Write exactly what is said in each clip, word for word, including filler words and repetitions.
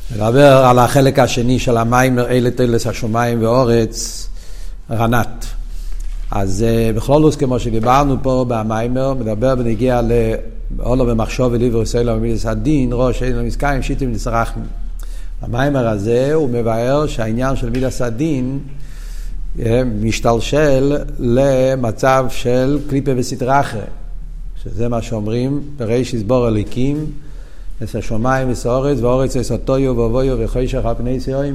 נדבר על החלק השני של המים, אלה תלס השומיים ואורץ, רנת. אז בכלולוס, כמו שדיברנו פה במיימר, מדבר ונגיע לעולו במחשוב וליבר ישראל ומידס הדין, ראש אין למסקיים, שיטים לצרחנו. במיימר הזה הוא מבאר שהעניין של מידס הדין משתלשל למצב של קליפה וסטרה אחרי, שזה מה שאומרים בריש יסבור אליקים, את השומיים וסאורץ, ואורץ וסוטויו ואובויו וחושך על פני סיועים,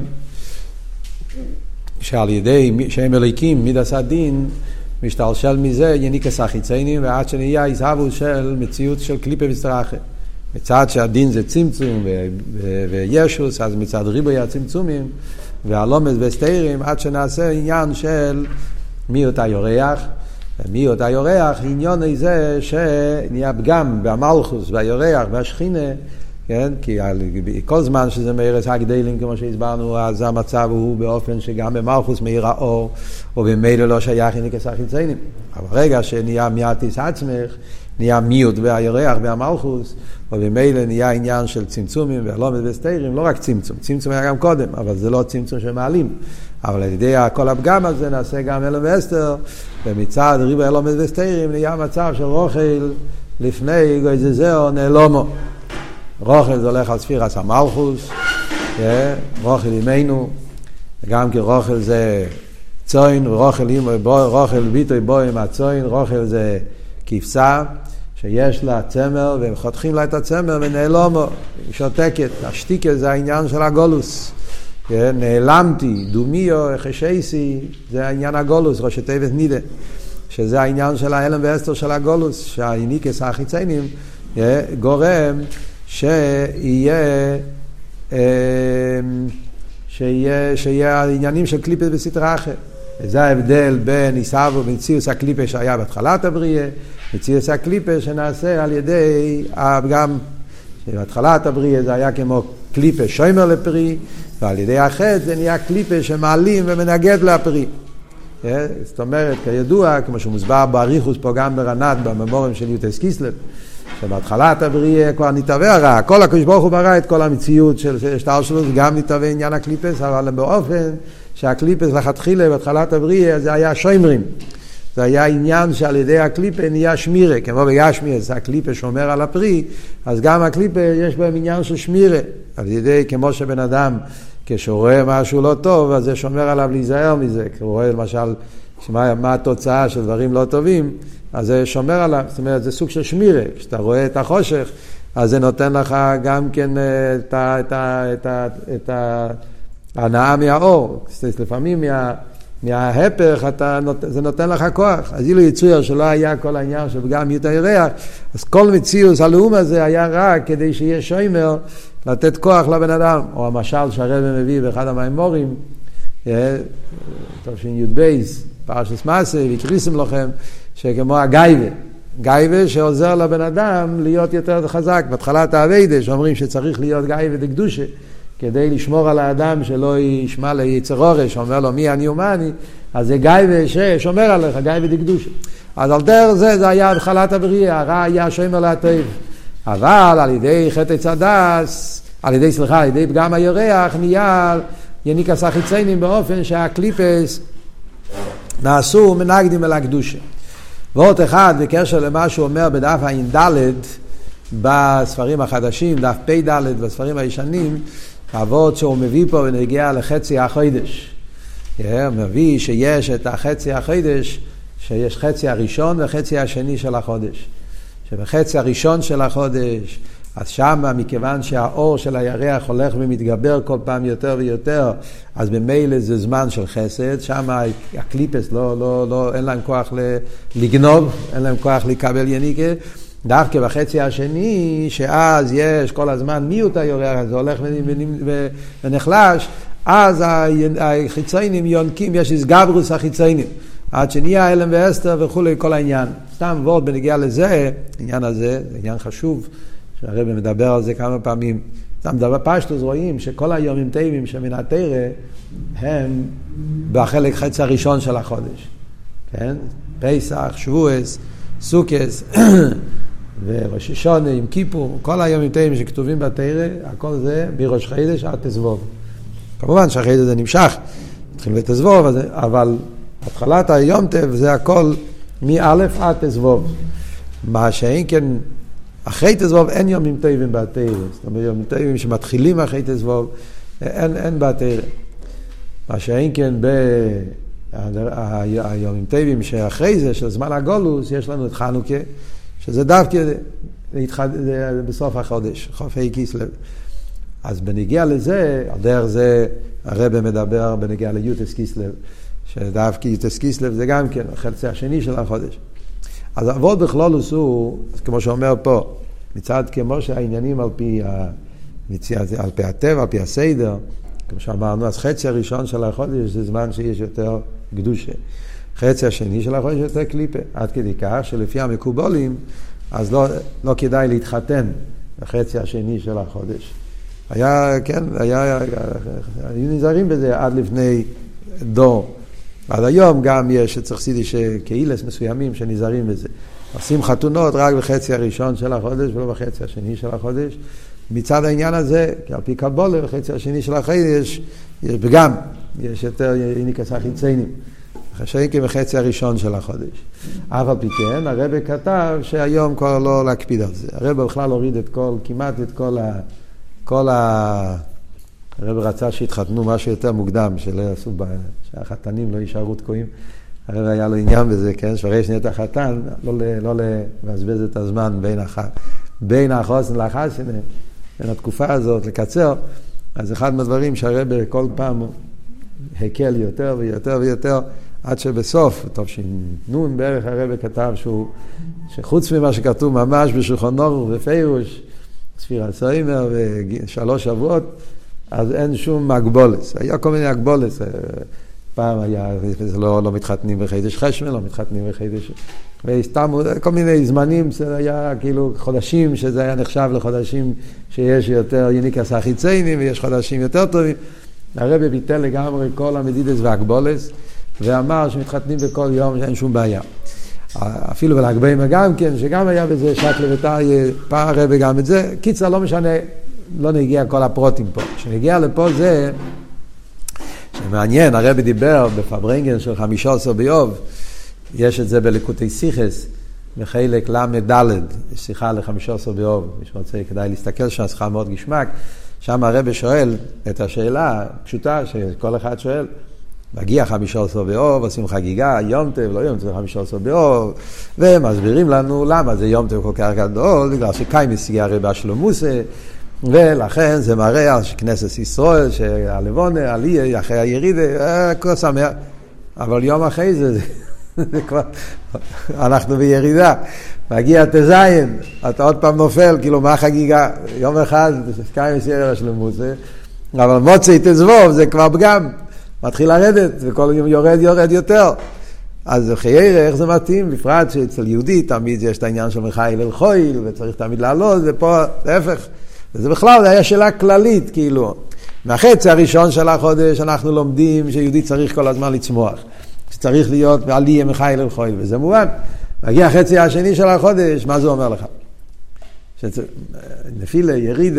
שעל ידי שהם אליקים מידס הדין משתלשל מזה יניקס החיציינים, ועד שנהיה יזהבו של מציאות של קליפה וסטרחה. מצד שהדין זה צמצום ו- ו- וישוס, אז מצד ריבוי הצמצומים והלומד וסתירים, עד שנעשה עניין של מי אותה יורח, ומי אותה יורח, עניין איזה שנהיה פגם במלכוס והיורח והשכינה, כן? כי כל זמן שזה מארץ הגדלים, כמו שהסברנו, אז המצב הוא באופן שגם במלכוס מאיר האור, ובמילא לא שייך איניקס החיציינים. אבל רגע שנהיה מיעטיס עצמך, נהיה מיעוט והיורח והמלכוס, ובמילא נהיה עניין של צמצומים והלומד וסתירים, לא רק צמצום, צמצום היה גם קודם, אבל זה לא צמצום שמעלים. אבל על ידי כל הפגם הזה נעשה גם אלם ואסתר, ומצד ריבו הלומד וסתירים נהיה מצב של רוכל לפני גויזזהו נעלומו. רוכל זה הולך על ספירס המלכוס, רוכל אימנו, גם כי רוכל זה צוין, ורוכל ביטוי בו עם הצוין, רוכל זה כבשה, שיש לה צמר, והם חותכים לה את הצמר ונעלומו, היא שותקת. השתיקה זה העניין של הגולוס. נעלמתי, דומיו, חשייסי, זה העניין הגולוס, ראשי תיבת נידה, שזה העניין של האלם ואסתר של הגולוס, שהאיניקס החיציינים גורם שיהיה שיהיה שיהיה העניינים של קליפת בסטרה אחרת. זה ההבדל בין איסאבו ומציאוס הקליפה שהיה בהתחלת הבריאה, מציאוס הקליפה שנעשה על ידי הפגם. בהתחלת הבריאה זה היה כמו קליפה שוימר לפרי, ועל ידי החטא זה נהיה קליפה שמעלים ומנגד לפרי. זאת אומרת, כידוע, כמו שמוסבר באריכוס פה גם ברנת, בממורים של יוטס קיסלב, שבהתחלת הבריאה כבר נתהווה רע, כל הקדוש ברוך הוא ברא את כל המציאות של שטר שלו, גם נתהווה עניין הקליפס, אבל באופן שהקליפס לכתחילה בהתחלת הבריאה זה היה שוימרים. זה היה עניין שעל ידי הקליפה נהיה שמירה, כמו בגשמי, אז הקליפה שומר על הפרי, אז גם הקליפה יש בהם עניין של שמירה, על ידי כמו שבן אדם, כשהוא רואה משהו לא טוב, אז זה שומר עליו להיזהר מזה, כי הוא רואה למשל, שמה, מה התוצאה של דברים לא טובים, אז זה שומר עליו, זאת אומרת, זה סוג של שמירה, כשאתה רואה את החושך, אז זה נותן לך גם כן את ה, את ה, את ה, את ה, ההנאה מהאור, לפעמים מה, מההפך אתה, זה נותן לך כוח. אז אילו יצויר שלא היה כל העניין שגם יותר ירח, אז כל מציאוס הלאום הזה היה רק כדי שיהיה שוימר, לתת כוח לבן אדם. או המשל שהרבא מביא באחד המיימורים, טוב שי"ב פרשת מעשה, ויקריסם לכם, שכמו הגייבה, גייבה שעוזר לבן אדם להיות יותר חזק. בהתחלת העבודה שאומרים שצריך להיות גייבה דקדושה, כדי לשמור על האדם שלא ישמע ליצר אורש, שאומר לו מי אני ומה אני, אז זה גייבה ששומר עליך, גייבה דקדושה. אז על דרך זה, זה היה התחלת הבריאה, הרע היה שומר להטוב. אבל על ידי חטא צדס, על ידי, סליחה, על ידי פגם הירח, נהיה יניקס החיציינים באופן שהקליפס נעשו מנגדים אל הקדושה. ועוד אחד, בקשר למה שהוא אומר בדף העין ד' בספרים החדשים, דף פי ד' בספרים הישנים, העבוד שהוא מביא פה ונגיע לחצי החודש. הוא מביא שיש את החצי החודש, שיש חצי הראשון וחצי השני של החודש. שבחצי הראשון של החודש, אז שם, מכיוון שהאור של הירח הולך ומתגבר כל פעם יותר ויותר, אז במילא זה זמן של חסד, שם הקליפס לא, לא, לא, אין להם כוח לגנוב, אין להם כוח לקבל יניקה, דווקא בחצי השני, שאז יש כל הזמן מיעוט הירח, זה הולך ונחלש, אז החיציינים יונקים, יש הסגברוס החיציינים, עד שנהיה אלם ואסתר וכו' כל העניין. סתם ורד בנגיע לזה, העניין הזה, זה עניין חשוב, שהרבא מדבר על זה כמה פעמים. סתם דבר פשטוס רואים שכל היומים טבעים שמן התורה הם בחלק חצי הראשון של החודש. כן? פסח, שבועס, סוכס, וראש השונה עם כיפור, כל היומים טובים שכתובים בתורה, הכל זה בראש חודש עד תזבוב. כמובן שאחרי זה זה נמשך, התחיל בתזבוב, אבל התחלת היום טוב זה הכל מא' עד תזבוב. מה שאין כן, אחרי תזבוב אין יומים טובים בתורה, זאת אומרת יומים טובים שמתחילים אחרי תזבוב, אין, אין בתורה. מה שאין כן ב... היומים טובים שאחרי זה, של זמן הגולוס, יש לנו את חנוכה, שזה דווקא בסוף החודש, חופי כיסלב. אז בנגיע לזה, על דרך זה הרב מדבר בנגיע ליוטס כיסלב, שדווקא יוטס כיסלב זה גם כן החצי השני של החודש. אז העבוד בכלולוס הוא, כמו שאומר פה, מצד כמו שהעניינים על פי, על פי הטבע, על פי הסדר, כמו שאמרנו, אז חצי הראשון של החודש זה זמן שיש יותר קדושה. חצי השני של החודש יותר קליפה. עד כדי כך שלפי המקובולים, אז לא, לא כדאי להתחתן בחצי השני של החודש. היה, כן, היה, היו נזהרים בזה עד לפני דור. עד היום גם יש, צריך סידי שקהילס מסוימים שנזהרים בזה. עושים חתונות רק בחצי הראשון של החודש ולא בחצי השני של החודש. מצד העניין הזה, כי על פי קבולה, בחצי השני של החודש יש, יש בגם, יש יותר איניקס החיציינים. חשבים כי בחצי הראשון של החודש. אף על פי כן, הרב כתב שהיום כבר לא להקפיד על זה. הרב בכלל הוריד את כל, כמעט את כל ה... כל ה... הרב רצה שהתחתנו משהו יותר מוקדם, שלא יעשו בה, שהחתנים לא יישארו תקועים. הרב היה לו עניין בזה, כן? שפרי שניית החתן, לא, לא לבזבז את הזמן בין, הח... בין החוסן לחסן, בין התקופה הזאת לקצר. אז אחד מהדברים שהרב כל פעם הקל יותר ויותר ויותר, עד שבסוף, טוב שנון בערך הרב כתב שהוא, שחוץ ממה שכתוב ממש בשולחן אורוך ופירוש, ספירת סוימר ושלוש שבועות, אז אין שום הגבולת. היה כל מיני הגבולת. פעם היה, לא, לא מתחתנים בחידש חשמל, לא מתחתנים בחידש... וסתם, כל מיני זמנים, זה היה כאילו חודשים, שזה היה נחשב לחודשים שיש יותר יניקס החיציינים, ויש חודשים יותר טובים. הרב ביטל לגמרי כל המדידס והגבולת, ואמר שמתחתנים בכל יום שאין שום בעיה. אפילו בלהגבאים גם כן, שגם היה בזה שקל וטריה, פעם הרב גם את זה. קיצר, לא משנה, לא נגיע כל הפרוטים פה. כשנגיע לפה זה, שמעניין, הרב דיבר בפברנגן של חמישה עשר ביוב, יש את זה בליקוטי סיכס, בחלק למד ד', יש שיחה לחמישה עשר ביוב, מי שרוצה כדאי להסתכל שם, שיחה מאוד גשמק, שם הרב שואל את השאלה פשוטה שכל אחד שואל, מגיע חמישה עשר באוב, עושים חגיגה, יום טוב, לא יום טוב, חמישה עשר באוב, ומסבירים לנו למה זה יום טוב כל כך גדול, בגלל שקיים השיגי הרבה שלומוסה, ולכן זה מראה שכנסת ישראל, שהלבונה, עלייה, אחרי הירידה, הכל שמח, אבל יום אחרי זה, זה כבר, אנחנו בירידה, מגיע תזיין, אתה עוד פעם נופל, כאילו מה חגיגה, יום אחד, קיים השיגי הרבה שלומוסה, אבל מוצא תזבוב, זה כבר פגם, מתחיל לרדת, וכל יום יורד יורד יותר. אז חיירה, איך זה מתאים? בפרט שאצל יהודי תמיד יש את העניין של מחיל אל חויל, וצריך תמיד לעלות, ופה להפך. וזה בכלל, זה היה שאלה כללית, כאילו. מהחצי הראשון של החודש אנחנו לומדים שיהודי צריך כל הזמן לצמוח. שצריך להיות בעלייה מחיל אל חויל, וזה מובן. מגיע החצי השני של החודש, מה זה אומר לך? שצ... נפילה, ירידה,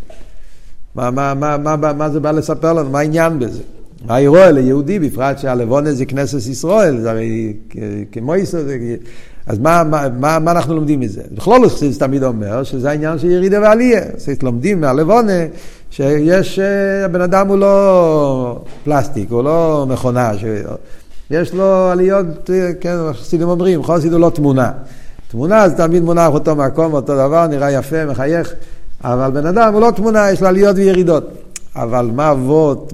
מה, מה, מה, מה, מה, מה זה בא לספר לנו? מה העניין בזה? מה הירוע ליהודי, בפרט שהלבונה זה כנסת ישראל, זה הרי כמו ישראל, אז מה, מה, מה, מה אנחנו לומדים מזה? בכלול חסידות תמיד אומר שזה העניין של ירידה ועלייה, לומדים מהלבונה שיש, הבן אדם הוא לא פלסטיק, הוא לא מכונה, יש לו עליות, כן, חסידים אומרים, חסיד הוא לא תמונה, תמונה זה תמיד מונח אותו מקום, אותו דבר, נראה יפה, מחייך, אבל בן אדם הוא לא תמונה, יש לו עליות וירידות. אבל מה אבות,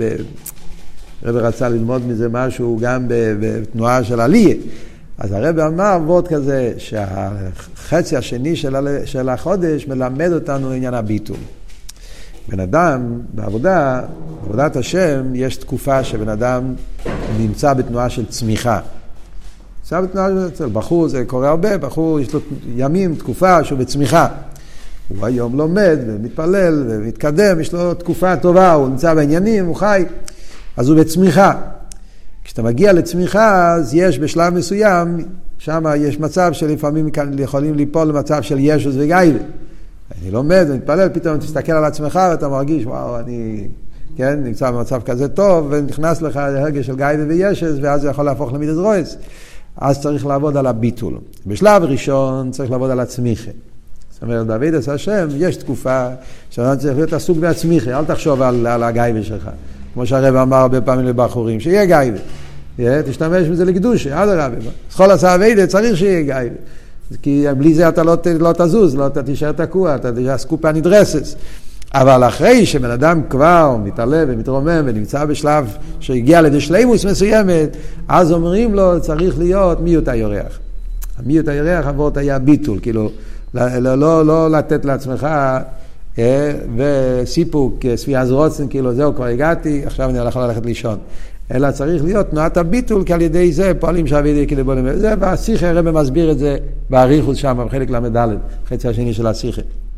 הרב רצה ללמוד מזה משהו גם בתנועה של עלייה. אז הרב אמר אבות כזה, שהחצי השני של החודש מלמד אותנו עניין הביטול. בן אדם בעבודה, בעבודת השם, יש תקופה שבן אדם נמצא בתנועה של צמיחה. נמצא בתנועה של בחור, זה קורה הרבה, בחור יש לו ימים, תקופה שהוא בצמיחה. הוא היום לומד ומתפלל ומתקדם, יש לו תקופה טובה, הוא נמצא בעניינים, הוא חי, אז הוא בצמיחה. כשאתה מגיע לצמיחה, אז יש בשלב מסוים, שם יש מצב שלפעמים יכולים ליפול למצב של ישוס וגייבה. אני לומד ומתפלל, פתאום תסתכל על עצמך ואתה מרגיש, וואו, אני כן, נמצא במצב כזה טוב, ונכנס לך הרגש של גייבה וישוס, ואז זה יכול להפוך למידס רויס. אז צריך לעבוד על הביטול. בשלב ראשון צריך לעבוד על הצמיחה. זאת אומרת, בעבודת השם יש תקופה שאתה צריך להיות עסוק בעצמיחה, אל תחשוב על, על הגייבה שלך. כמו שהרב אמר הרבה פעמים לבחורים, שיהיה גייבה. תשתמש בזה לקדושה, עד הרבה. כל עשה עבודת צריך שיהיה גייבה. כי בלי זה אתה לא, לא תזוז, לא תישאר תקוע, אתה תישאר סקופה נדרסס. אבל אחרי שבן אדם כבר מתעלה ומתרומם ונמצא בשלב שהגיע לידי שלימוס מסוימת, אז אומרים לו צריך להיות מיות הירח. המיות הירח עבורת היה ביטול, כאילו לא, לא, לא, לא לתת לעצמך אה, וסיפוק, ספי אז רוצן, כאילו זהו כבר הגעתי, עכשיו אני יכול ללכת לישון. אלא צריך להיות תנועת הביטול, כי על ידי זה פועלים שעבדי כדי בוא נמד. זה והשיחה הרב מסביר את זה בעריכות שם, בחלק למדלת, חצי השני של השיחה.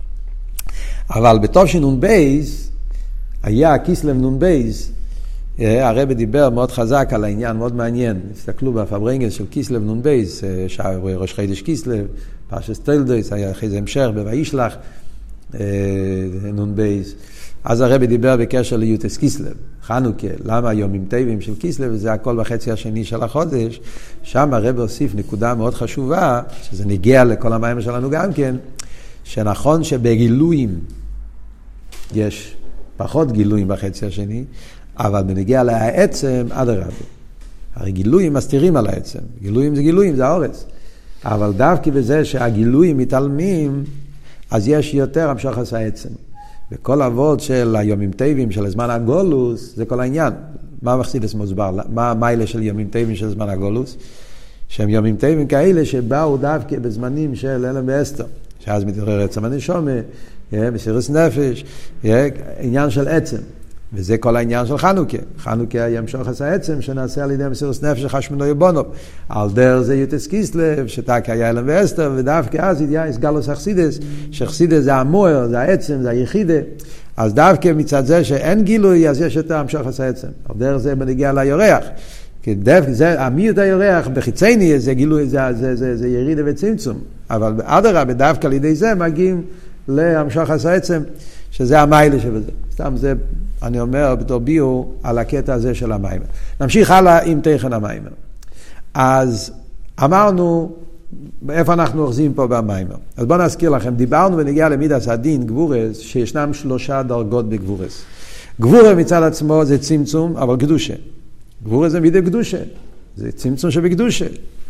אבל בתושי נון בייז, היה כיסלב נון בייז, הרב דיבר מאוד חזק על העניין, מאוד מעניין. הסתכלו בפברנגל של כיסלב נון בייז, ראש חידש כיסלב, פרשס טלדויס, היה אחרי זה המשך בוישלח נון בייז. אז הרב דיבר בקשר ליוטס כיסלב, חנוכה, למה יומים טבעים של כיסלב, וזה הכל בחצי השני של החודש. שם הרב הוסיף נקודה מאוד חשובה, שזה נגיע לכל המים שלנו גם כן, שנכון שבגילויים יש פחות גילויים בחצי השני, אבל בנגיע לעצם עד הרבה. הרי גילויים מסתירים על העצם. גילויים זה גילויים, זה האורץ. אבל דווקא בזה שהגילויים מתעלמים, אז יש יותר המשוך עשה העצם. וכל עבוד של היומים טבעים, של הזמן הגולוס, זה כל העניין. מה מחסידס מוסבר? מה המיילה של יומים טבעים של זמן הגולוס? שהם יומים טבעים כאלה שבאו דווקא בזמנים של אלם ואסתר. שאז מתעורר עצם הנשומה, מסירות נפש, עניין של עצם. וזה כל העניין של חנוכה. חנוכה ימשוך את העצם שנעשה על ידי מסירות נפש חשמנו יבונו. על דר זה יוטס כיסלב, שתק היה אלם ואסתר, ודווקא אז ידיעה הסגלוס אכסידס, שחסידס זה המוער, זה העצם, זה היחידה. אז דווקא מצד זה שאין גילוי, אז יש את המשוך את העצם. על דר זה בנגיע ליורח. כי דווקא זה, המיות היורח בחיצייני, זה גילוי, זה, זה, זה, זה ירידה וצמצום. אבל באדרה, בדווקא לידי זה, מגיעים להמשוך את העצם, שזה המיילה שבזה. סתם זה, אני אומר, בתור ביור, על הקטע הזה של המיימר. נמשיך הלאה עם תכן המיימר. אז אמרנו, איפה אנחנו אוחזים פה במיימר? אז בואו נזכיר לכם, דיברנו ונגיע למידס הדין, גבורס, שישנם שלושה דרגות בגבורס. גבורה מצד עצמו זה צמצום, אבל קדושה. גבורה זה מידי קדושה. זה צמצום שבקדושה.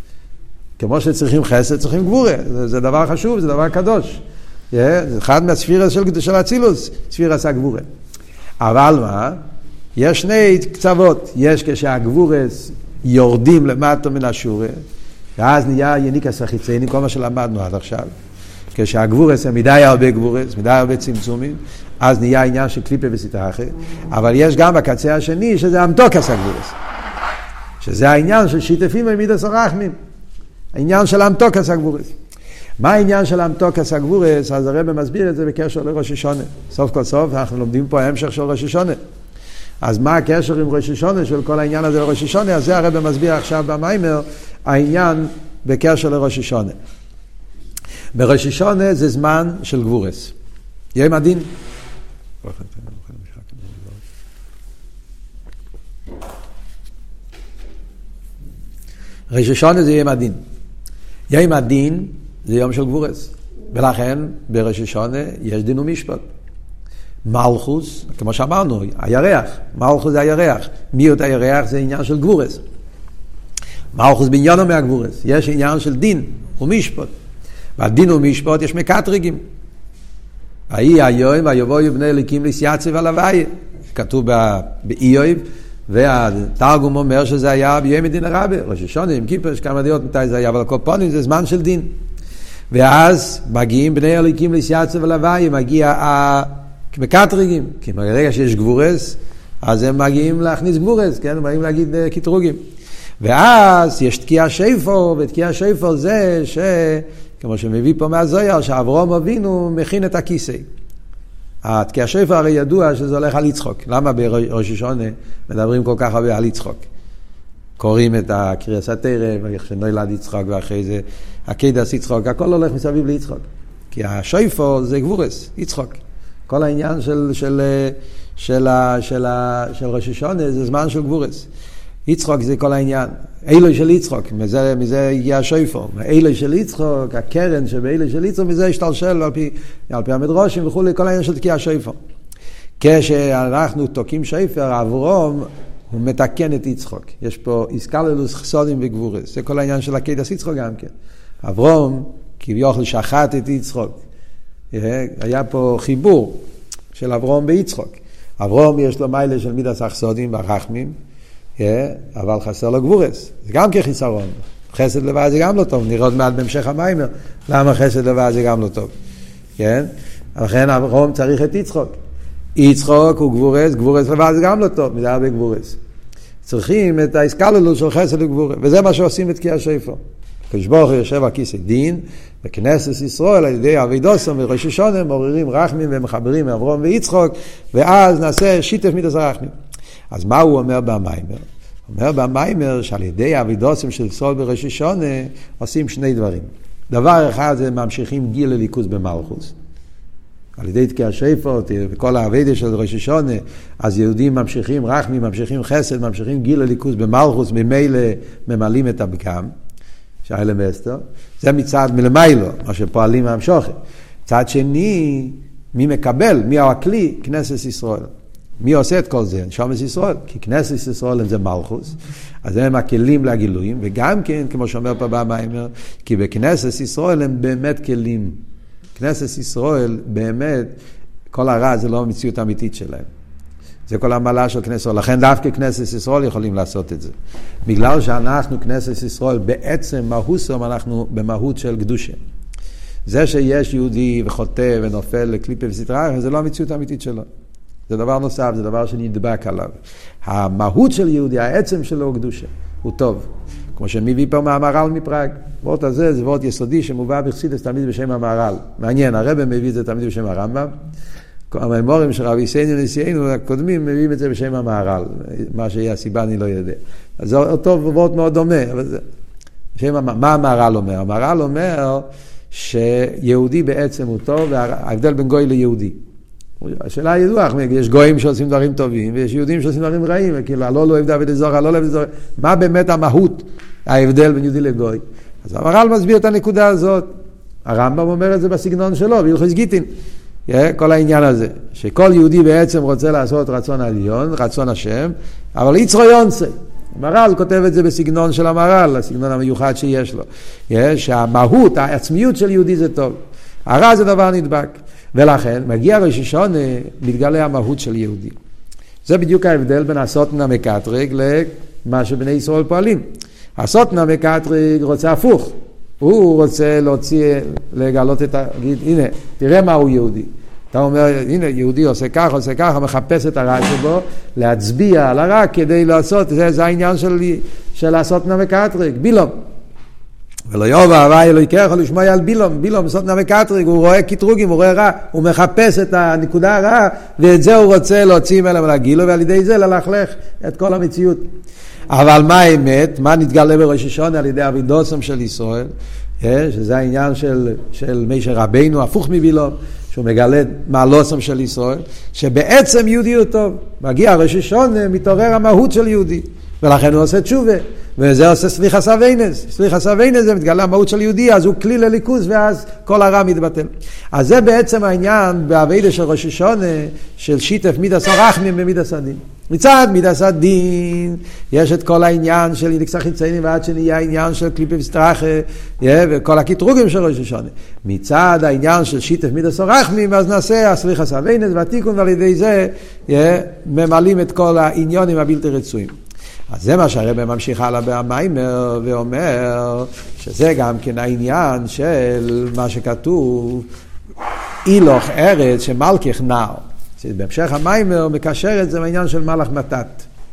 כמו שצריכים חסד, צריכים גבורה. זה, זה דבר חשוב, זה דבר קדוש. Yeah, זה אחד מהספירה של, של הצילוס, ספירה עשה גבורה. אבל מה? יש שני קצוות. יש כשהגבורס יורדים למטה מן השורה, ואז נהיה יניקס החיצייני, כל מה שלמדנו עד עכשיו. כשהגבורס הם מדי הרבה גבורס, מדי הרבה צמצומים, אז נהיה עניין של קליפה וסתרה אחרת. אבל יש גם בקצה השני, שזה המתוקס הגבורס. שזה העניין של שיתפים ומידס הרחמים. העניין של המתוקס הגבורס. מה העניין של המתוקס הגבורס? אז הרב מסביר את זה בקשר לראש השונה. סוף כל סוף אנחנו לומדים פה המשך של ראש השונה. אז מה הקשר עם ראש השונה של כל העניין הזה לראש השונה? אז זה הרב מסביר עכשיו במיימר, העניין בקשר לראש השונה. בראש השונה זה זמן של גבורס. יום הדין. ראש השונה זה יום הדין. יום הדין זה יום של גבורס. ולכן בראש השונה יש דין ומשפט. מלכוס, כמו שאמרנו, הירח. מלכוס זה הירח. מיות הירח זה עניין של גבורס. מלכוס בעניינו מהגבורס. יש עניין של דין ומשפט. והדין ומשפט יש מקטרגים. ויהי היום ויבואו בני אליקים לסייעצב על הוויה. כתוב באיוב, והתרגום אומר שזה היה ביום דין הרבה. ראש השונה עם כיפר, יש כמה דעות מתי זה היה, אבל כל פנים זה זמן של דין. ואז מגיעים בני אליקים לסייעצב על הוויה, מגיע המקטרגים. כי ברגע שיש גבורס, אז הם מגיעים להכניס גבורס, כן? הם מגיעים להגיד קטרוגים. ואז יש תקיע שפר, ותקיע שפר זה ש... כמו שמביא פה מהזויר, שאברהם אבינו מכין את הכיסא. התקיע שפר הרי ידוע שזה הולך על יצחוק. למה בראש השונה מדברים כל כך הרבה על יצחוק? קוראים את הקריאס התרא, ואיך שנולד יצחק, ואחרי זה הקדש יצחק, הכל הולך מסביב ליצחק. כי השויפו זה גבורס, יצחק. כל העניין של, של, של, של, של, של ראש השונה זה זמן של גבורס. יצחק זה כל העניין. אילוי של יצחק, מזה, מזה הגיע השויפו. אילוי של יצחק, הקרן שבאילוי של יצחק, מזה השתלשל על פי, על פי המדרושים וכו', כל העניין של תקיע השויפו. כשאנחנו תוקים שויפר, אברום, הוא מתקן את יצחק. יש פה איסקללוס חסודים וגבורס. זה כל העניין של הקדש יצחק גם כן. אברום, כביכול שחט את יצחק. היה פה חיבור של אברום ביצחק. אברום יש לו מיילה של מידס החסודים והרחמים, אבל חסר לו גבורס. זה גם כחיסרון. חסד לבד זה גם לא טוב. נראה עוד מעט בהמשך המיימר, למה חסד לבד זה גם לא טוב. כן? לכן אברום צריך את יצחק. יצחק הוא גבורס, גבורס לבד זה גם לא טוב, מדי הרבה גבורס. צריכים את האיסקללוס של חסד וגבורס, וזה מה שעושים בתקיע השויפו. כשברוך יושב על כיסא דין, בכנסת ישראל, על ידי אבידוסם וראש השונה, מעוררים רחמים ומחברים מאברום ויצחק, ואז נעשה שיתף מידס הרחמים. אז מה הוא אומר במיימר? הוא אומר במיימר שעל ידי אבידוסם של ישראל וראש השונה, עושים שני דברים. דבר אחד זה ממשיכים גיל לליכוז במלכוס. על ידי תקיע השויפו וכל העבודה של ראש השונה, אז יהודים ממשיכים רחמים, ממשיכים חסד, ממשיכים גיל לליכוז במלכוס, ממילא ממלאים את הפגם. שיילה מסתר, זה מצד מלמיילו, מה שפועלים מהמשוכת. צד שני, מי מקבל, מי הכלי? כנסת ישראל. מי עושה את כל זה? נשמת ישראל. כי כנסת ישראל זה מלכוס, אז הם הכלים לגילויים, וגם כן, כמו שאומר פה במיימר, כי בכנסת ישראל הם באמת כלים. כנסת ישראל באמת, כל הרע זה לא המציאות האמיתית שלהם. זה כל המעלה של כנסת ישראל. לכן דווקא כנסת ישראל יכולים לעשות את זה. בגלל שאנחנו, כנסת ישראל, בעצם מהוסם, אנחנו במהות של קדושה. זה שיש יהודי וחוטא ונופל לקליפה וסטרה, זה לא המציאות האמיתית שלו. זה דבר נוסף, זה דבר שנדבק עליו. המהות של יהודי, העצם שלו הוא קדושה. הוא טוב. כמו שמביא פה מהמהר"ל מפראג. וורט הזה זה וורט יסודי שמובא בחסידות תמיד בשם המהר"ל. מעניין, הרב מביא את זה תמיד בשם הרמב"ם. המאמרים של רבי סיינו נשיאנו הקודמים מביאים את זה בשם המהר"ל, מה שיהיה הסיבה אני לא יודע. אז זה אותו וורט מאוד דומה, אבל זה, בשם, מה המהר"ל אומר? המהר"ל אומר שיהודי בעצם הוא טוב, וההבדל בין גוי ליהודי. השאלה הידועה, יש גויים שעושים דברים טובים, ויש יהודים שעושים דברים רעים, כאילו, לא לא אוהב דוד אזור, לא אוהב אזור, מה באמת המהות, ההבדל בין יהודי לגוי? אז המהר"ל מסביר את הנקודה הזאת, הרמב"ם אומר את זה בסגנון שלו, בהלכות גיטין. כל העניין הזה, שכל יהודי בעצם רוצה לעשות רצון עליון, רצון השם, אבל יצרו יונסי. המהר"ל כותב את זה בסגנון של המהר"ל, הסגנון המיוחד שיש לו. שהמהות, העצמיות של יהודי זה טוב. הרע זה דבר נדבק. ולכן, מגיע ראש השונה, מתגלה המהות של יהודי. זה בדיוק ההבדל בין הסוטנה מקטרג למה שבני ישראל פועלים. הסוטנה מקטרג רוצה הפוך. הוא רוצה להוציא, לגלות את ה... הנה, תראה מה הוא יהודי. אתה אומר, הנה, יהודי עושה כך, עושה כך, מחפש את הרע שבו, להצביע על הרע כדי לעשות, זה, זה העניין של, של לעשות נמקטרג, בילום. ולא יובה, הווי אלוהיקך, או לשמוע על בילום, בילום, לעשות נמקטרג, הוא רואה קטרוגים, הוא רואה רע, הוא מחפש את הנקודה הרע, ואת זה הוא רוצה להוציא מלם ולהגילו, ועל ידי זה ללכלך את כל המציאות. אבל מה האמת? מה נתגלה בראש השונה על ידי אבידוסם של ישראל? שזה העניין של, של משה רבינו, הפוך מבילום, שהוא מגלה מעלוסם של ישראל, שבעצם יהודי הוא טוב. מגיע ראש השונה, מתעורר המהות של יהודי, ולכן הוא עושה תשובה. וזה עושה סליחה סווינס. סליחה סווינס זה מתגלה המהות של יהודי, אז הוא כלי לליכוז, ואז כל הרע מתבטל. אז זה בעצם העניין בעבודה של ראש השונה, של שיתף מידס הרחמים במידס הדין. מצד מידס הדין, יש את כל העניין של אינדקס החיציינים, ועד שנהיה העניין של קליפה וסטרחה, וכל הקטרוגים של ראש השונה. מצד העניין של שיתף מידס הרחמים, אז נעשה הסליחה סווינס והתיקון, ועל ידי זה ממלאים את כל העניונים הבלתי רצויים. אז זה מה שהרבא ממשיך הלאה במיימר ואומר שזה גם כן העניין של מה שכתוב אילוך ארץ שמלכך נער. בהמשך המיימר מקשר את זה בעניין של מלך מתת.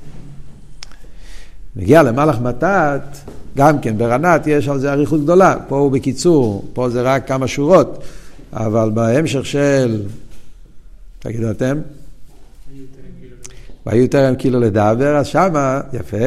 מגיע למלך מתת, גם כן ברנת יש על זה אריכות גדולה. פה הוא בקיצור, פה זה רק כמה שורות, אבל בהמשך של, תגידו אתם? והיו תרם כאילו לדבר, אז שמה, יפה,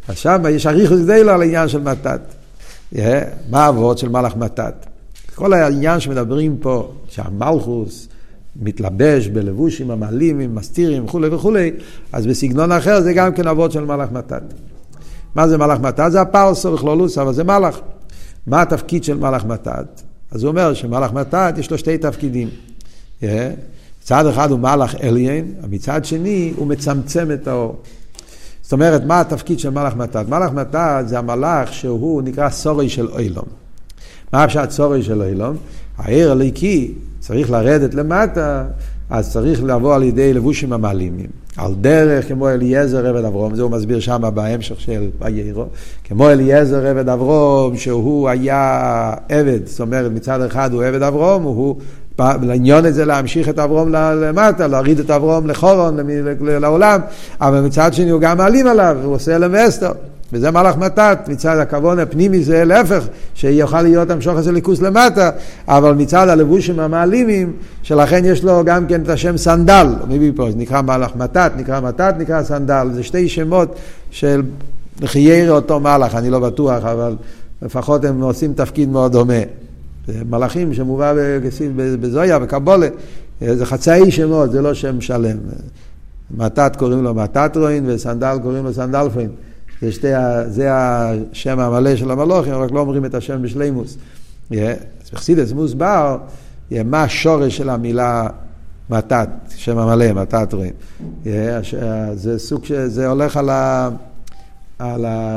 אז שם יש אריכות גדולה על העניין של מתת. מה העבוד של מלאך מתת? כל העניין שמדברים פה, שהמלכוס מתלבש בלבושים המעלימים, מסתירים וכו' וכו', אז בסגנון אחר זה גם כן עבוד של מלאך מתת. מה זה מלאך מתת? זה הפרסו וכלולוס, אבל זה מלאך. מה התפקיד של מלאך מתת? אז הוא אומר שמלאך מתת יש לו שתי תפקידים. מצד אחד הוא מלאך עליין, מצד שני הוא מצמצם את האור. זאת אומרת, מה התפקיד של מלאך מתת? מלאך מתת זה המלאך שהוא נקרא סורי של אילום. מה הפשט סורי של אילום? העיר הליקי צריך לרדת למטה, אז צריך לבוא על ידי לבושים המעלימים. על דרך כמו אליעזר עבד אברום, זה הוא מסביר שם בהמשך של ויירו, כמו אליעזר עבד אברום, שהוא היה עבד, זאת אומרת מצד אחד הוא עבד אברום, הוא לעניין את זה להמשיך את אברום למטה, להוריד את אברום לחורון, לעולם, אבל מצד שני הוא גם מעלים עליו, הוא עושה אלם ואסתר, וזה מלאך מתת, מצד הכוון הפנימי זה להפך, שיוכל להיות המשוך הזה ליכוס למטה, אבל מצד הלבושים המעלימים, שלכן יש לו גם כן את השם סנדל, מביא פה, זה נקרא מלאך מתת, נקרא מתת, נקרא סנדל, זה שתי שמות של חייר אותו מלאך, אני לא בטוח, אבל לפחות הם עושים תפקיד מאוד דומה. מלאכים שמובא בזויה, בקבולה, זה חצאי שמות, זה לא שם שלם. מתת קוראים לו מתת רוין, וסנדל קוראים לו סנדל פרין. זה, שתי, זה השם המלא של המלאכים, רק לא אומרים את השם בשלימוס. אז בחסידות מוסבר, מה השורש של המילה מתת, שם המלא, מתת רוין. זה סוג שזה הולך על, ה, על ה,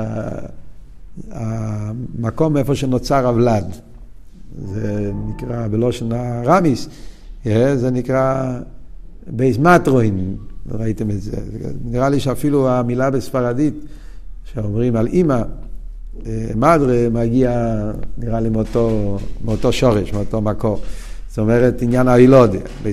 המקום איפה שנוצר הוולד. זה נקרא בלושן הרמיס, זה נקרא בייס מטרוין, ראיתם את זה. נראה לי שאפילו המילה בספרדית, שאומרים על אמא, מדרה, מגיע נראה לי מאותו, מאותו שורש, מאותו מקור. זאת אומרת, עניין האילוד,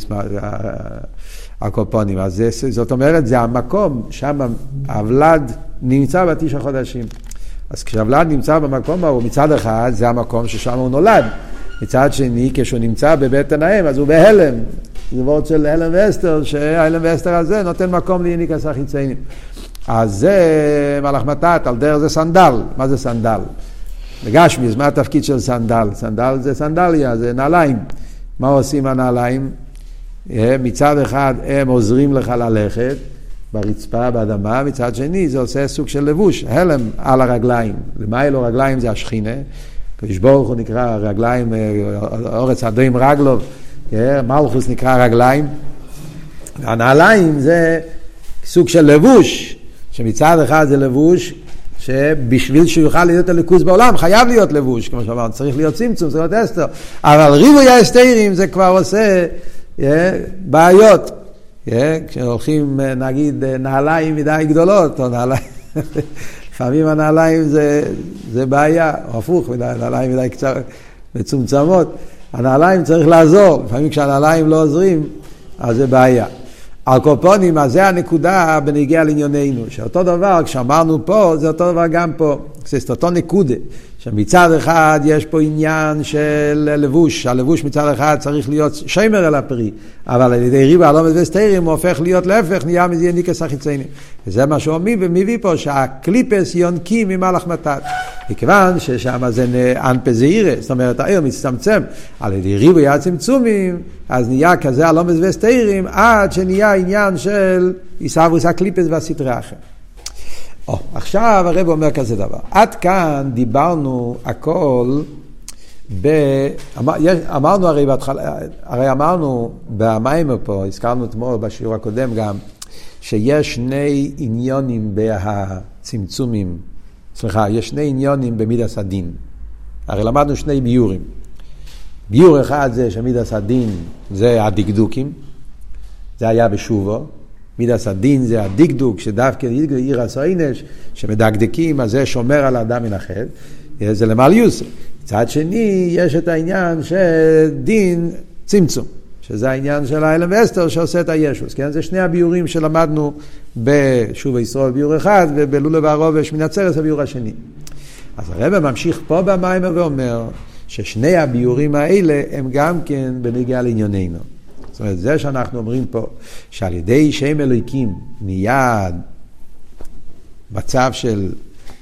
הקופונים. אז זה, זאת אומרת, זה המקום, שם הוולד נמצא בתשע חודשים. אז כשהוולד נמצא במקום ההוא, מצד אחד זה המקום ששם הוא נולד. מצד שני, כשהוא נמצא בבטן האם, אז הוא בהלם. זה וורד של הלם ואסתר, שההלם ואסתר הזה נותן מקום ליניקס החיציינים. אז זה מלאך מתת, על דרך זה סנדל. מה זה סנדל? בגשמיס, מה התפקיד של סנדל? סנדל זה סנדליה, זה נעליים. מה עושים הנעליים? מצד אחד הם עוזרים לך ללכת, ברצפה, באדמה, מצד שני זה עושה סוג של לבוש, הלם על הרגליים. למה אלו רגליים זה השכינה, קדוש ברוך הוא נקרא רגליים, אורץ אדוים רגלוב, מלכוס נקרא רגליים. הנעליים זה סוג של לבוש, שמצד אחד זה לבוש, שבשביל שהוא יוכל להיות הליכוז בעולם, חייב להיות לבוש, כמו שאמרנו, צריך להיות צמצום, צריך להיות אסתר, אבל ריבוי האסתרים זה כבר עושה בעיות. כשהולכים נגיד נעליים מדי גדולות, או נעליים, לפעמים הנעליים זה, זה בעיה, או הפוך, נעליים מדי קצר, מצומצמות, הנעליים צריך לעזור, לפעמים כשהנעליים לא עוזרים, אז זה בעיה. הקופונים, אז זה הנקודה בנגיע לענייננו, שאותו דבר, כשאמרנו פה, זה אותו דבר גם פה, זה אותו נקודה, שמצד אחד יש פה עניין של לבוש, הלבוש מצד אחד צריך להיות שיימר על הפרי, אבל על ידי ריבה הלומד וסתירים הוא הופך להיות להפך, נהיה מזה ניקס החיציינים. וזה מה שהוא מביא פה, שהקליפס יונקים ממלאך מתת. מכיוון ששם זה אנפה זעירה, זאת אומרת, העיר מצטמצם על ידי ריבה הצמצומים, אז נהיה כזה הלומד וסתירים, עד שנהיה עניין של עיסאוויס הקליפס והסתרי אחר. Oh, עכשיו הרב אומר כזה דבר. עד כאן דיברנו הכל, ב... אמר, יש, אמרנו הרי בהתחלה, הרי אמרנו במיימר פה, הזכרנו אתמול בשיעור הקודם גם, שיש שני עניונים בהצמצומים, סליחה, יש שני עניונים במידס הדין. הרי למדנו שני ביורים. ביור אחד זה שמידס הדין זה הדקדוקים, זה היה בשובו, מידס הדין זה הדקדוק, שדווקא עיר הסוינש, שמדקדקים, אז זה שומר על האדם מן החטא, זה למעל יוסף. מצד שני, יש את העניין של דין צמצום, שזה העניין של האלם ואסתר שעושה את הישוס. כן? זה שני הביורים שלמדנו בשוב ישראל ביור אחד, ובלולה והרובש מן הצרס הביור השני. אז הרב ממשיך פה במיימר ואומר, ששני הביורים האלה הם גם כן בנגיעה לענייננו. זאת אומרת, זה שאנחנו אומרים פה, שעל ידי שם אלוהיקים נהיה מצב של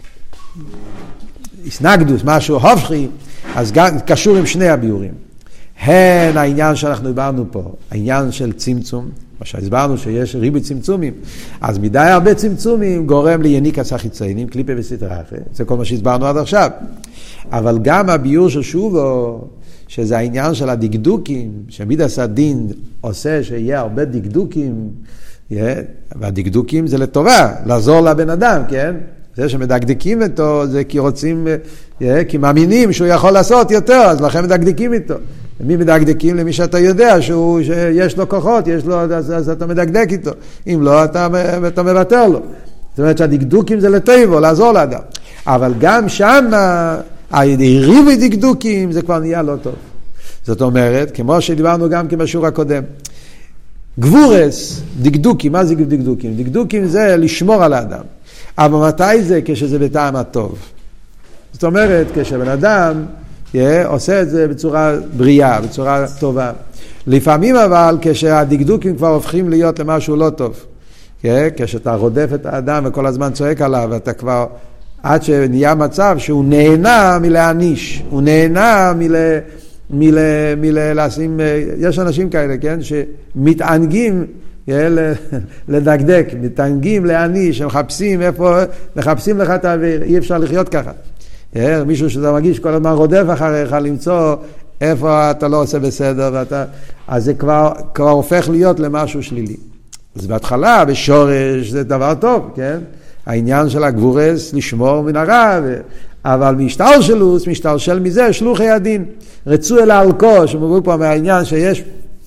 הסנגדוס, משהו הופכי, אז גם קשור עם שני הביורים. הן העניין שאנחנו דיברנו פה, העניין של צמצום, מה שהסברנו שיש ריבוי צמצומים, אז מדי הרבה צמצומים גורם ליניקס החיציינים, קליפה וסטרא אחרא, זה כל מה שהסברנו עד עכשיו. אבל גם הביור של שובו, שזה העניין של הדקדוקים, שמידס הדין עושה שיהיה הרבה דקדוקים, והדקדוקים זה לטובה, לעזור לבן אדם, כן? זה שמדקדקים איתו, זה כי רוצים, כי מאמינים שהוא יכול לעשות יותר, אז לכן מדקדקים איתו. מי מדקדקים? למי שאתה יודע שהוא, שיש לו כוחות, יש לו, אז, אז אתה מדקדק איתו. אם לא, אתה, אתה מוותר לו. זאת אומרת שהדקדוקים זה לטובו, לעזור לאדם. אבל גם שם, הריבוי דקדוקים, זה כבר נהיה לא טוב. זאת אומרת, כמו שדיברנו גם בשיעור הקודם, גבורס, דקדוקים, מה זה דקדוקים? דקדוקים זה לשמור על האדם. אבל מתי זה? כשזה בטעם הטוב. זאת אומרת, כשבן אדם yeah, עושה את זה בצורה בריאה, בצורה טובה. לפעמים אבל, כשהדקדוקים כבר הופכים להיות למשהו לא טוב. Yeah, כשאתה רודף את האדם וכל הזמן צועק עליו, ואתה כבר, עד שנהיה מצב שהוא נהנה מלהניש, הוא נהנה מל... מיל, מיל, לשים, יש אנשים כאלה, כן, שמתענגים לדקדק, מתענגים להניש, שמחפשים איפה, מחפשים לך את האוויר, אי אפשר לחיות ככה. מישהו שאתה מרגיש כל הזמן רודף אחריך, למצוא איפה אתה לא עושה בסדר, ואתה, אז זה כבר, כבר הופך להיות למשהו שלילי. אז בהתחלה, בשורש, זה דבר טוב, כן? העניין של הגבורס, לשמור מן הרע, אבל משטר שלוס, משטר של מזה, שלוחי הדין. רצו אל האלקו, שמובא פה מהעניין שיש,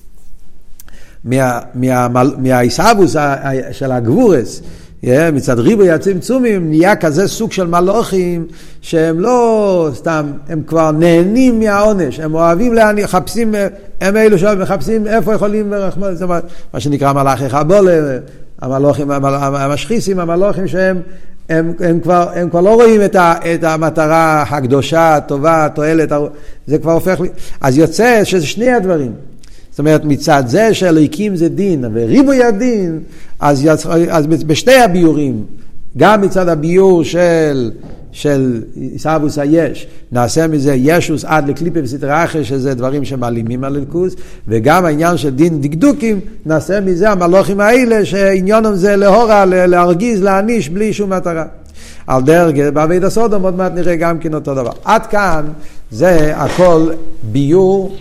מהאיסאבוס של הגבורס, מצד ריבוי הצמצומים, נהיה כזה סוג של מלוכים, שהם לא סתם, הם כבר נהנים מהעונש, הם אוהבים להניח, מחפשים, הם אלו שמחפשים איפה יכולים, מה שנקרא מלאכי חבולה, המלוכים, המשחיסים, המלוכים שהם, הם, הם, כבר, הם כבר לא רואים את, ה, את המטרה הקדושה, הטובה, התועלת, זה כבר הופך לי, אז יוצא שזה שני הדברים. זאת אומרת, מצד זה שאלוהיקים זה דין, וריבוי הדין, אז, יצ... אז בשתי הביורים, גם מצד הביור של, של איסאבוס היש, נעשה מזה ישוס עד לקליפה וסטרא אחרא, שזה דברים שמעלימים על אלוקות, וגם העניין של דין דקדוקים, נעשה מזה המלוכים האלה, שעניונם זה להורה, להרגיז, להעניש, בלי שום מטרה. על דרך, בעבודת סודום, עוד מעט נראה גם כן אותו דבר. עד כאן, זה הכל ביור,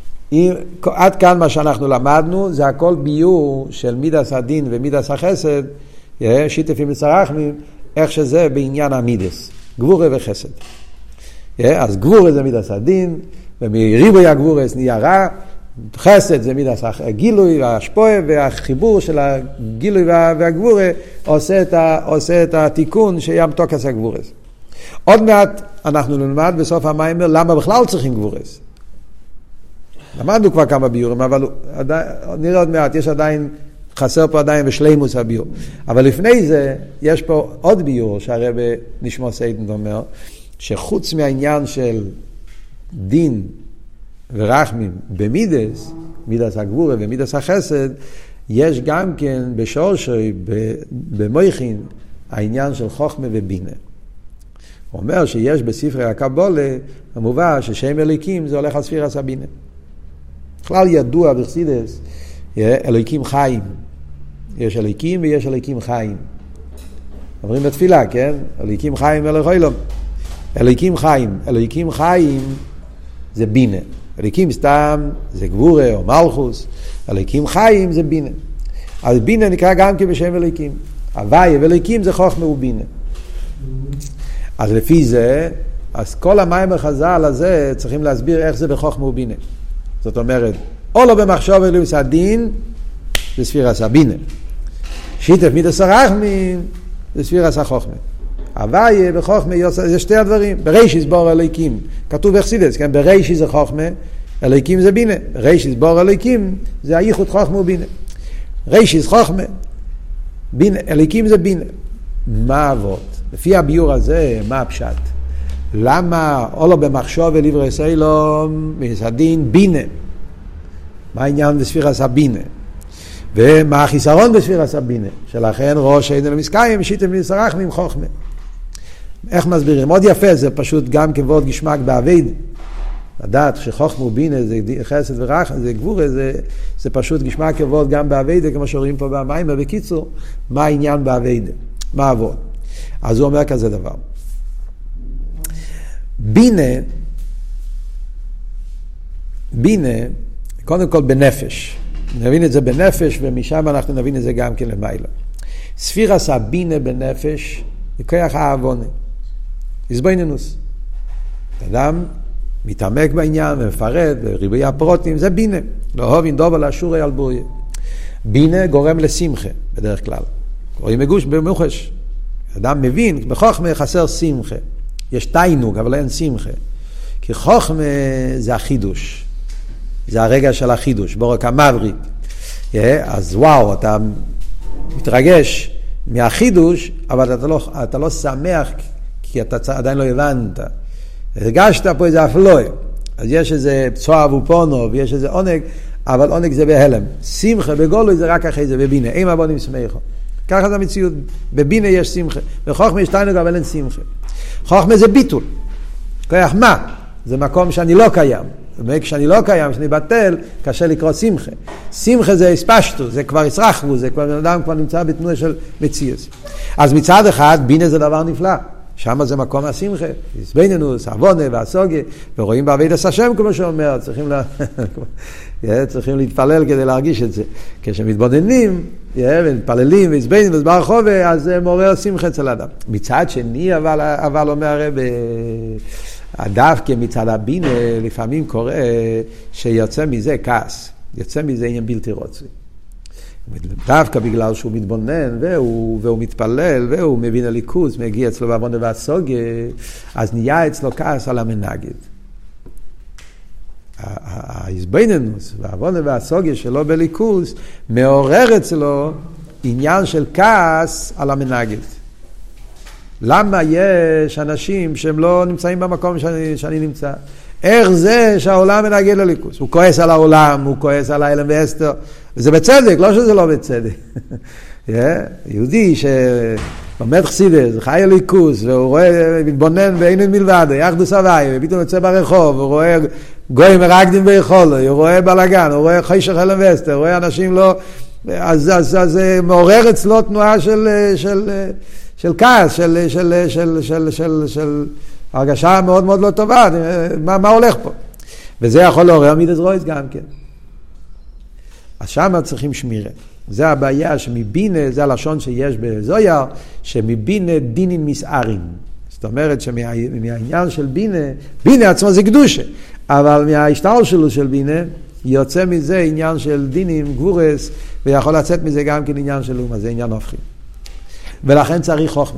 עד כאן מה שאנחנו למדנו, זה הכל ביור של מידס הדין ומידס החסד, שיתפים וצרחמים, איך שזה בעניין המידס, גבורה וחסד. אז גבורה זה מידס הדין, ומריבוי הגבורס נהיה רע, חסד זה מידס הגילוי והשפועה, והחיבור של הגילוי והגבורה עושה את, ה, עושה את התיקון שיהיה מתוקף הגבורס. עוד מעט אנחנו נלמד בסוף המיימר למה בכלל צריכים גבורס. למדנו כבר כמה ביורים, אבל עדיין, נראה עוד מעט, יש עדיין, חסר פה עדיין בשלימוס הביור. אבל לפני זה, יש פה עוד ביור, שהרבא נשמע סיידן אומר, שחוץ מהעניין של דין ורחמים במידס, מידס הגבורה ומידס החסד, יש גם כן בשורשי, במויכין, העניין של חוכמה ובינה. הוא אומר שיש בספרי הקבולה, המובא ששם אלוקים זה הולך על ספירס הבינה. בכלל ידוע בחסידות, אלוהיקים חיים. יש אלוהיקים ויש אלוהיקים חיים. אומרים בתפילה, כן? אלוהיקים חיים אלוהי עולם. אלוהיקים חיים. אלוהיקים חיים זה בינה. אלוהיקים סתם זה גבורה או מלכוס. אלוהיקים חיים זה בינה. אז בינה נקרא גם כן בשם אלוהיקים. הוויה ואלוהיקים זה חוכמה ובינה. אז לפי זה, אז כל המים החז"ל הזה צריכים להסביר איך זה בחוכמה ובינה. זאת אומרת, או לא במחשוב אלוהיס הדין, זה ספירס הבינה. שיתף מידס הרחמים, זה ספירס החוכמה. הוויה בחוכמה, זה שתי הדברים. בראשיס בור אלוהיקים, כתוב בחסידות, כן? בראשיס זה חוכמה, אלוהיקים זה בינה. בראשיס בור אלוהיקים, זה הייחוד חוכמה ובינה. ראשיס חוכמה, בינה, אלוהיקים זה בינה. מה עבוד? לפי הביור הזה, מה הפשט? למה או לא במחשוב ולברא סילום מסדין בינה? מה העניין בספירס הבינה? ומה החיסרון בספירס הבינה? שלכן ראש עדן המסקיים שיתם נסרח עם חוכמה. איך מסבירים? מאוד יפה, זה פשוט גם כבוד גשמק בעביד. לדעת שחוכמה ובינה זה חסד ורחם, זה גבורה, זה, זה פשוט גשמק כבוד גם בעביד, כמו שרואים פה במים, ובקיצור, מה העניין בעביד? מה עבוד? אז הוא אומר כזה דבר. בינה, בינה, קודם כל בנפש. נבין את זה בנפש, ומשם אנחנו נבין את זה גם כן למעלה. ספירס הבינה בנפש, זה כוח העוונה. הסבינינוס. אדם מתעמק בעניין ומפרט, וריבוי הפרוטים, זה בינה. לא הובין דובר לאשורי על בוריה. בינה גורם לשמחה, בדרך כלל. קוראים מגוש במוחש. אדם מבין, בחוכמה חסר שמחה. יש תיינוג, אבל אין שמחה. כי חוכמה זה החידוש. זה הרגע של החידוש, בורק המבריק. אז וואו, אתה מתרגש מהחידוש, אבל אתה לא, אתה לא שמח, כי אתה עדיין לא הבנת. הרגשת פה איזה אפלוי. אז יש איזה צועב ופונו, ויש איזה עונג, אבל עונג זה בהלם. שמחה בגולוי זה רק אחרי זה, בבינה. אין מבונים שמחו. ככה זה המציאות. בבינה יש שמחה. בחוכמה יש תיינוג, אבל אין שמחה. חוכמה זה ביטול. כוח מה? זה מקום שאני לא קיים. כשאני לא קיים, כשאני בטל, קשה לקרוא שמחה. שמחה זה הספשטו, זה כבר ישרחבו, זה כבר אדם כבר נמצא בתנועה של מציאות. אז מצד אחד, בינה זה דבר נפלא. שם זה מקום השמחה. הסבינינוס, העוונה והסוגיה, ורואים בעבודת השם כמו שאומר, צריכים, לה... צריכים להתפלל כדי להרגיש את זה. כשמתבוננים, ומתפללים והסבינינוס ברחוב, אז זה מעורר שמחה אצל אדם. מצד שני, אבל, אבל אומר הרב, דווקא מצד הבינה לפעמים קורה שיוצא מזה כעס, יוצא מזה עניין בלתי רוצוי. דווקא בגלל שהוא מתבונן והוא, והוא מתפלל והוא מבין הליכוז, מגיע אצלו בעוונה והסוגיה, אז נהיה אצלו כעס על המנגד. ההסבינינוס והעוונה והסוגיה שלו בליכוז מעורר אצלו עניין של כעס על המנגד. למה יש אנשים שהם לא נמצאים במקום שאני, שאני נמצא? איך זה שהעולם מנגד לליכוס? הוא כועס על העולם, הוא כועס על האלם ואסתר, וזה בצדק, לא שזה לא בצדק. יהודי שלומד חסידות, חי הליכוס, והוא רואה, מתבונן באין מלבד, יחדוס הוואי, ופתאום יוצא ברחוב, הוא רואה גויים מרקדים ביכולו, הוא רואה בלגן, הוא רואה חשך אלם ואסתר, הוא רואה אנשים לא... אז, אז, אז זה מעורר אצלו תנועה של... של של כעס, של, של, של, של, של, של הרגשה מאוד מאוד לא טובה, מה, מה הולך פה? וזה יכול לעורר מידס רויס גם כן. אז שם צריכים שמירה. זה הבעיה שמבינה, זה הלשון שיש בזויר, שמבינה דינים מסערים. זאת אומרת שמהעניין של בינה, בינה עצמו זה קדושה, אבל מההשתעל שלו של בינה, יוצא מזה עניין של דינים, גבורס, ויכול לצאת מזה גם כן עניין של אומה, זה עניין הופכי. ולכן צריך חוכמה.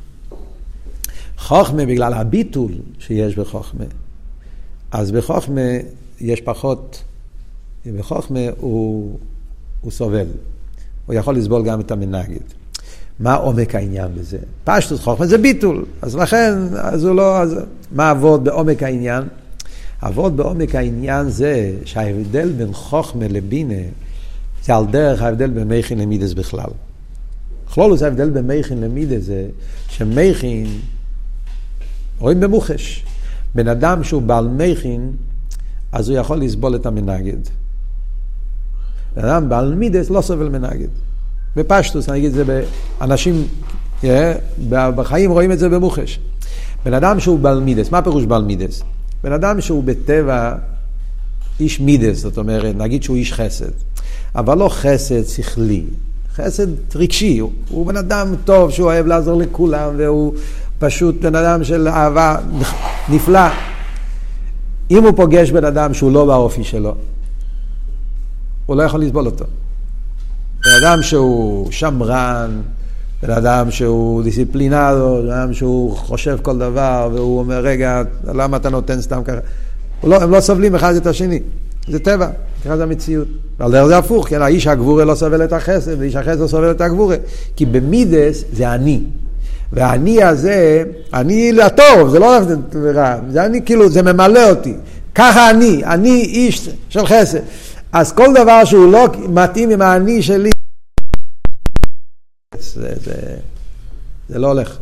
חוכמה בגלל הביטול שיש בחוכמה. אז בחוכמה יש פחות, בחוכמה הוא, הוא סובל. הוא יכול לסבול גם את המנגד. מה עומק העניין בזה? פשטות חוכמה זה ביטול. אז לכן, אז הוא לא, אז מה עבוד בעומק העניין? עבוד בעומק העניין זה שההבדל בין חוכמה לבינה, זה על דרך ההבדל בין מייכין למידס בכלל. כלולו זה ההבדל בין מייכין למידס זה שמייכין, רואים במוחש, בן אדם שהוא בעל מייכין, אז הוא יכול לסבול את המנגד. בן אדם בעל מידס לא סובל מנגד. בפשטוס, אני אגיד את זה באנשים, בחיים רואים את זה במוחש. בן אדם שהוא בעל מידס, מה פירוש בעל מידס? בן אדם שהוא בטבע איש מידס, זאת אומרת, נגיד שהוא איש חסד, אבל לא חסד שכלי, חסד רגשי, הוא, הוא בן אדם טוב שהוא אוהב לעזור לכולם, והוא פשוט בן אדם של אהבה נפלא. אם הוא פוגש בן אדם שהוא לא באופי שלו, הוא לא יכול לסבול אותו. בן אדם שהוא שמרן, בן אדם שהוא דיסציפלינדו, בן אדם שהוא חושב כל דבר, והוא אומר, רגע, למה אתה נותן סתם ככה? לא, הם לא סובלים אחד את השני. זה טבע, ככה זה המציאות. ועל דרך זה הפוך, כן, האיש הגבורה לא סובל את החסד, ואיש החסד לא סובל את הגבורה. כי במידס זה אני. והאני הזה, אני לטוב, זה לא רע, זה אני כאילו, זה ממלא אותי. ככה אני, אני איש של חסד. אז כל דבר שהוא לא מתאים עם האני שלי, זה, זה, זה לא הולך.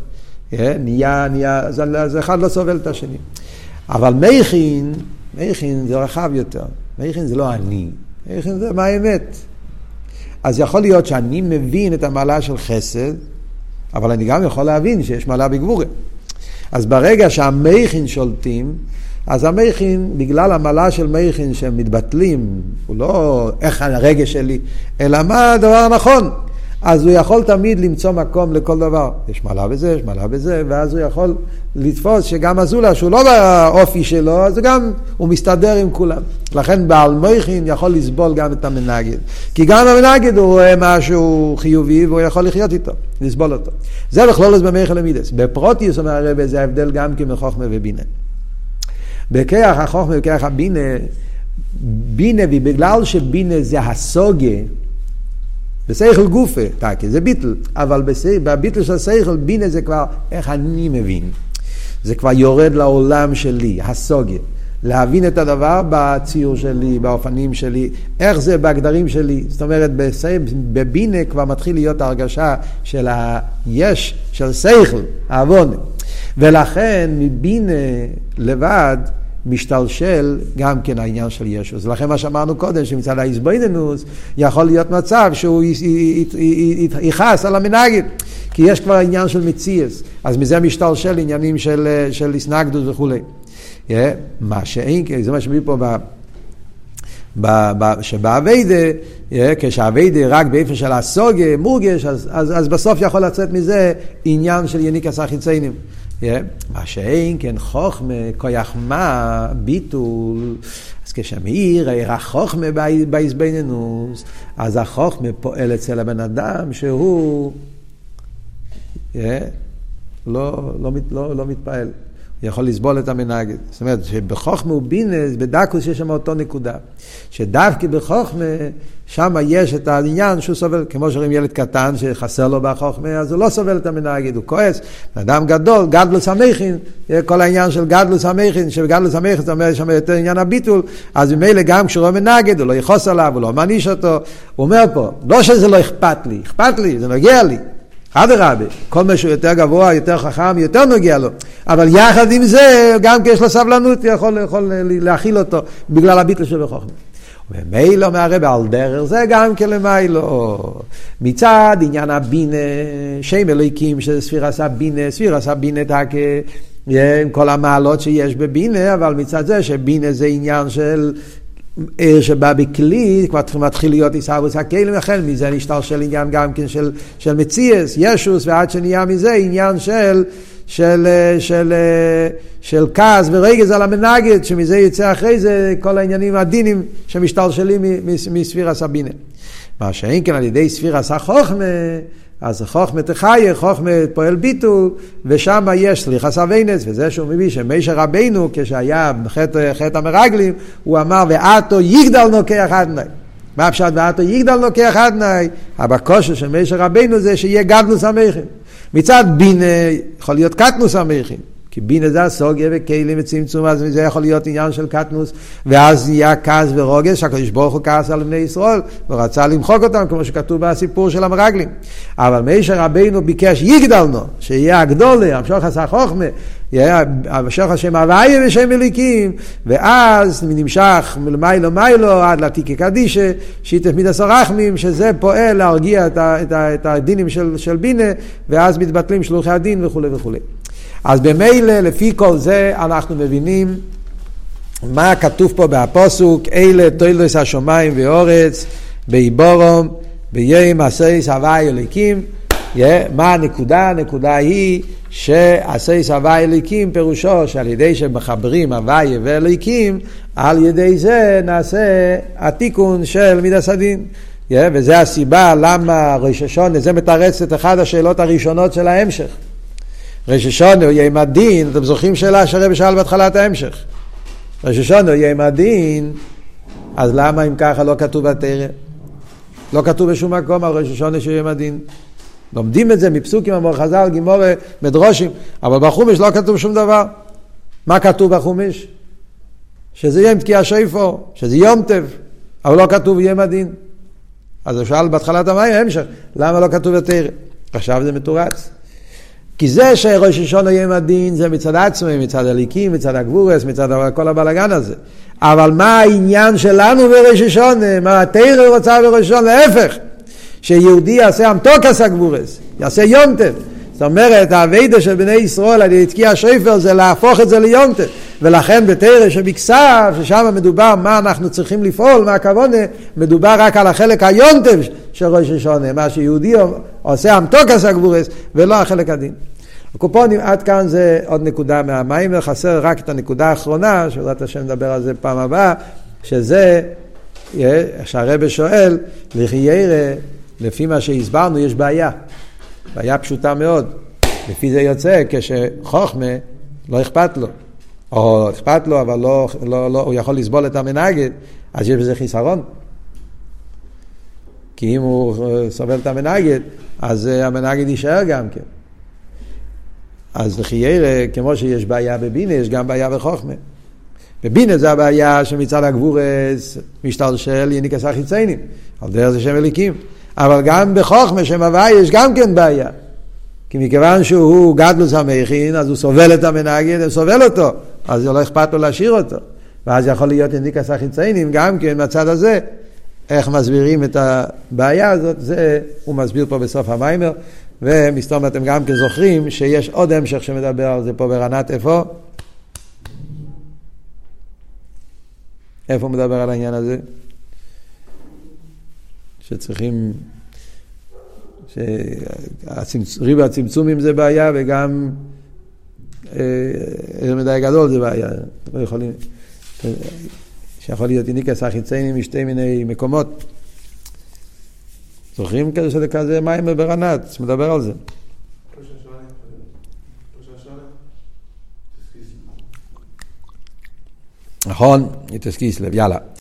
נהיה, נהיה, אז אחד לא סובל את השני. אבל מייכין, מייכין זה רחב יותר. מייכין זה לא אני. מייכין זה מה האמת. אז יכול להיות שאני מבין את המעלה של חסד, אבל אני גם יכול להבין שיש מעלה בגבורה. אז ברגע שהמייכין שולטים, אז המייכין, בגלל המעלה של מייכין שהם מתבטלים, הוא לא איך הרגש שלי, אלא מה הדבר הנכון. אז הוא יכול תמיד למצוא מקום לכל דבר. יש מעלה בזה, יש מעלה בזה, ואז הוא יכול לתפוס שגם הזולה, שהוא לא באופי שלו, אז גם הוא מסתדר עם כולם. לכן בעל מייכין יכול לסבול גם את המנגד. כי גם המנגד הוא רואה משהו חיובי, והוא יכול לחיות איתו, לסבול אותו. זה בכלולת במייכין למידס. בפרוטיוס אומר הרב, זה ההבדל גם כן מחוכמה ובינה. בכיח החוכמה וכיח הבינה, בינה, ובגלל שבינה זה הסוגה, בסייכל גופה, תקי, זה ביטל, אבל בביטל של הסייכל, בינה זה כבר איך אני מבין. זה כבר יורד לעולם שלי, הסוגה. להבין את הדבר בציור שלי, באופנים שלי, איך זה בהגדרים שלי. זאת אומרת, בבינה כבר מתחיל להיות ההרגשה של היש, של סייכל, העוון. ולכן מבינה לבד, משתלשל גם כן העניין של ישוס. לכן מה שאמרנו קודם, שמצד ההסבוינינוס יכול להיות מצב שהוא ייחס על המנהגת, כי יש כבר עניין של מציאס, אז מזה משתלשל עניינים של, של הסנגדות וכו'. Yeah, מה שאין, זה מה שמביא פה ב... שבעבדה, כשהעבדה רק באיפה של הסוגה, מורגש, אז, אז, אז בסוף יכול לצאת מזה עניין של יניקס החיציינים. Yeah. מה שאין, כן, חוכמה, כוח מה, ביטול, אז כשמאיר, העיר החוכמה בהסבינינוס, אז החוכמה פועל אצל הבן אדם שהוא yeah, לא, לא, לא, לא מתפעל. יכול לסבול את המנהגת. זאת אומרת, שבחוכמה ובינס, בדקוס יש שם אותו נקודה. שדווקא בחוכמה, שם יש את העניין שהוא סובל, כמו שרואים ילד קטן שחסר לו בחוכמה, אז הוא לא סובל את המנהגת, הוא כועס. אדם גדול, גדלוס המכין, כל העניין של גדלוס המכין, שבגדלוס המכין, זאת אומרת, שם יותר עניין הביטול, אז ממילא גם כשהוא מנהגת, הוא לא יחוס עליו, הוא לא מניש אותו. הוא אומר פה, לא שזה לא אכפת לי, אכפת לי, זה נוגע לי. אדרבה, כל מה שהוא יותר גבוה, יותר חכם, יותר נוגע לו. אבל יחד עם זה, גם כי יש לו סבלנות, יכול, יכול להכיל אותו, בגלל הביטל שבחוכמה. ומילא אומר הרב על דרך, זה גם כלמיילו. מצד עניין הבינה, שם אלוהיקים, שזה ספירס הבינה, ספירס הבינה תקה, עם כל המעלות שיש בבינה, אבל מצד זה שבינה זה עניין של... שבא בכלי, כבר מתחיל להיות איסאוויס הכלים, לכן מזה נשתל של עניין גם כן של, של מציאס, ישוס, ועד שנהיה מזה עניין של, של, של, של כעס ורגז על המנגד, שמזה יצא אחרי זה כל העניינים הדינים שמשתלשלים מספירס הבינה. מה שאין כן על ידי ספירס החוכמה, אז חוכמה תחיה, חוכמה פועל ביטול, ושם יש סליחס אבינס, וזה שהוא מביא שמשה רבינו, כשהיה חטא, חטא המרגלים, הוא אמר, ואתו יגדל נוקח אדני. מה פשט ואתו יגדל נוקח אדני? הבקושה של משה רבינו זה שיהיה גדלוס המכין. מצד בינה יכול להיות קטנוס המכין. כי בינה זה הסוגיה וכלים וצמצום, אז זה יכול להיות עניין של קטנוס, ואז יהיה כעס ורוגש, הקדוש ברוך הוא כעס על בני ישראל, ורצה למחוק אותם, כמו שכתוב בסיפור של המרגלים. אבל משה רבינו ביקש יגדלנו, שיהיה הגדולה, המשוך עשה חוכמה, המשוך השם הוויה ושם מליקים, ואז נמשך מלמיילו מיילו, עד לתיקי קדישה, שיתף מידס הרחמים, שזה פועל להרגיע את, ה, את, ה, את הדינים של, של בינה, ואז מתבטלים שלוחי הדין וכו' וכו'. אז במילא, לפי כל זה, אנחנו מבינים מה כתוב פה בפסוק, אלה תולדות השמיים ואורץ, בעיבורם, ביום עשייס הווי אלוקים. מה הנקודה? הנקודה היא שעשייס הווי אלוקים פירושו שעל ידי שמחברים הווי ואלוקים, על ידי זה נעשה התיקון של מידס הדין. וזה הסיבה למה ראש השונה, זה מתרץ את אחת השאלות הראשונות של ההמשך. ראש השונה הוא יום הדין, אתם זוכרים שאלה שהרב שאל בהתחלת ההמשך. ראש השונה הוא יום הדין, אז למה אם ככה לא כתוב בתורה? לא כתוב בשום מקום על ראש השונה שהוא יום הדין. לומדים את זה מפסוקים, אמור חז"ל, גימור מדרושים, אבל בחומש לא כתוב שום דבר. מה כתוב בחומש? שזה יום תקיע שופר, שזה יום טוב, אבל לא כתוב יום הדין. אז הוא שאל בהתחלת ההמשך, למה לא כתוב בתורה? עכשיו זה מתורץ. כי זה שראש השונה יום הדין זה מצד עצמם, מצד הליקים, מצד הגבורס, מצד כל הבלגן הזה. אבל מה העניין שלנו בראש השונה? מה התורה רוצה בראש השונה? להפך, שיהודי יעשה אמתוקס הגבורס, יעשה יונטב. זאת אומרת, העבודה של בני ישראל על יתקיע שופר זה להפוך את זה ליונטב. ולכן בתורה שבכסף, ששם מדובר מה אנחנו צריכים לפעול, מה הכוונה, מדובר רק על החלק היונטב של ראש השונה, מה שיהודי עושה אמתוקס הגבורס, ולא החלק הדין. הקופונים, עד כאן זה עוד נקודה מהמים, חסר רק את הנקודה האחרונה, שבעזרת השם נדבר על זה פעם הבאה, שזה, שהרבא שואל, לחיירה, לפי מה שהסברנו, יש בעיה. בעיה פשוטה מאוד. לפי זה יוצא, כשחוכמה לא אכפת לו, או אכפת לו, אבל לא, לא, לא, הוא יכול לסבול את המנהגת, אז יש בזה חיסרון. כי אם הוא סובל את המנהגת, אז המנהגת יישאר גם כן. אז לחיירה, כמו שיש בעיה בבינה, יש גם בעיה בחוכמה. בבינה זה הבעיה שמצד הגבורס משתלשל יניקס החיציינים, על דרך זה שם אליקים. אבל גם בחוכמה שם הוואי יש גם כן בעיה. כי מכיוון שהוא גדלוס המכין, אז הוא סובל את המנהגת, הוא סובל אותו, אז לא אכפת לו להשאיר אותו. ואז יכול להיות יניקס החיציינים גם כן מהצד הזה. איך מסבירים את הבעיה הזאת, זה הוא מסביר פה בסוף המיימר. ומסתום אתם גם כן זוכרים שיש עוד המשך שמדבר על זה פה ברנת. איפה? איפה הוא מדבר על העניין הזה? שצריכים שריב הצמצומים זה בעיה, וגם אה, מדי גדול זה בעיה. לא יכולים, שיכול להיות יניקס החיציינים משתי מיני מקומות. זוכרים כזה שזה כזה מים ברנת, מדבר על זה. נכון, יתסקיס לב, יאללה.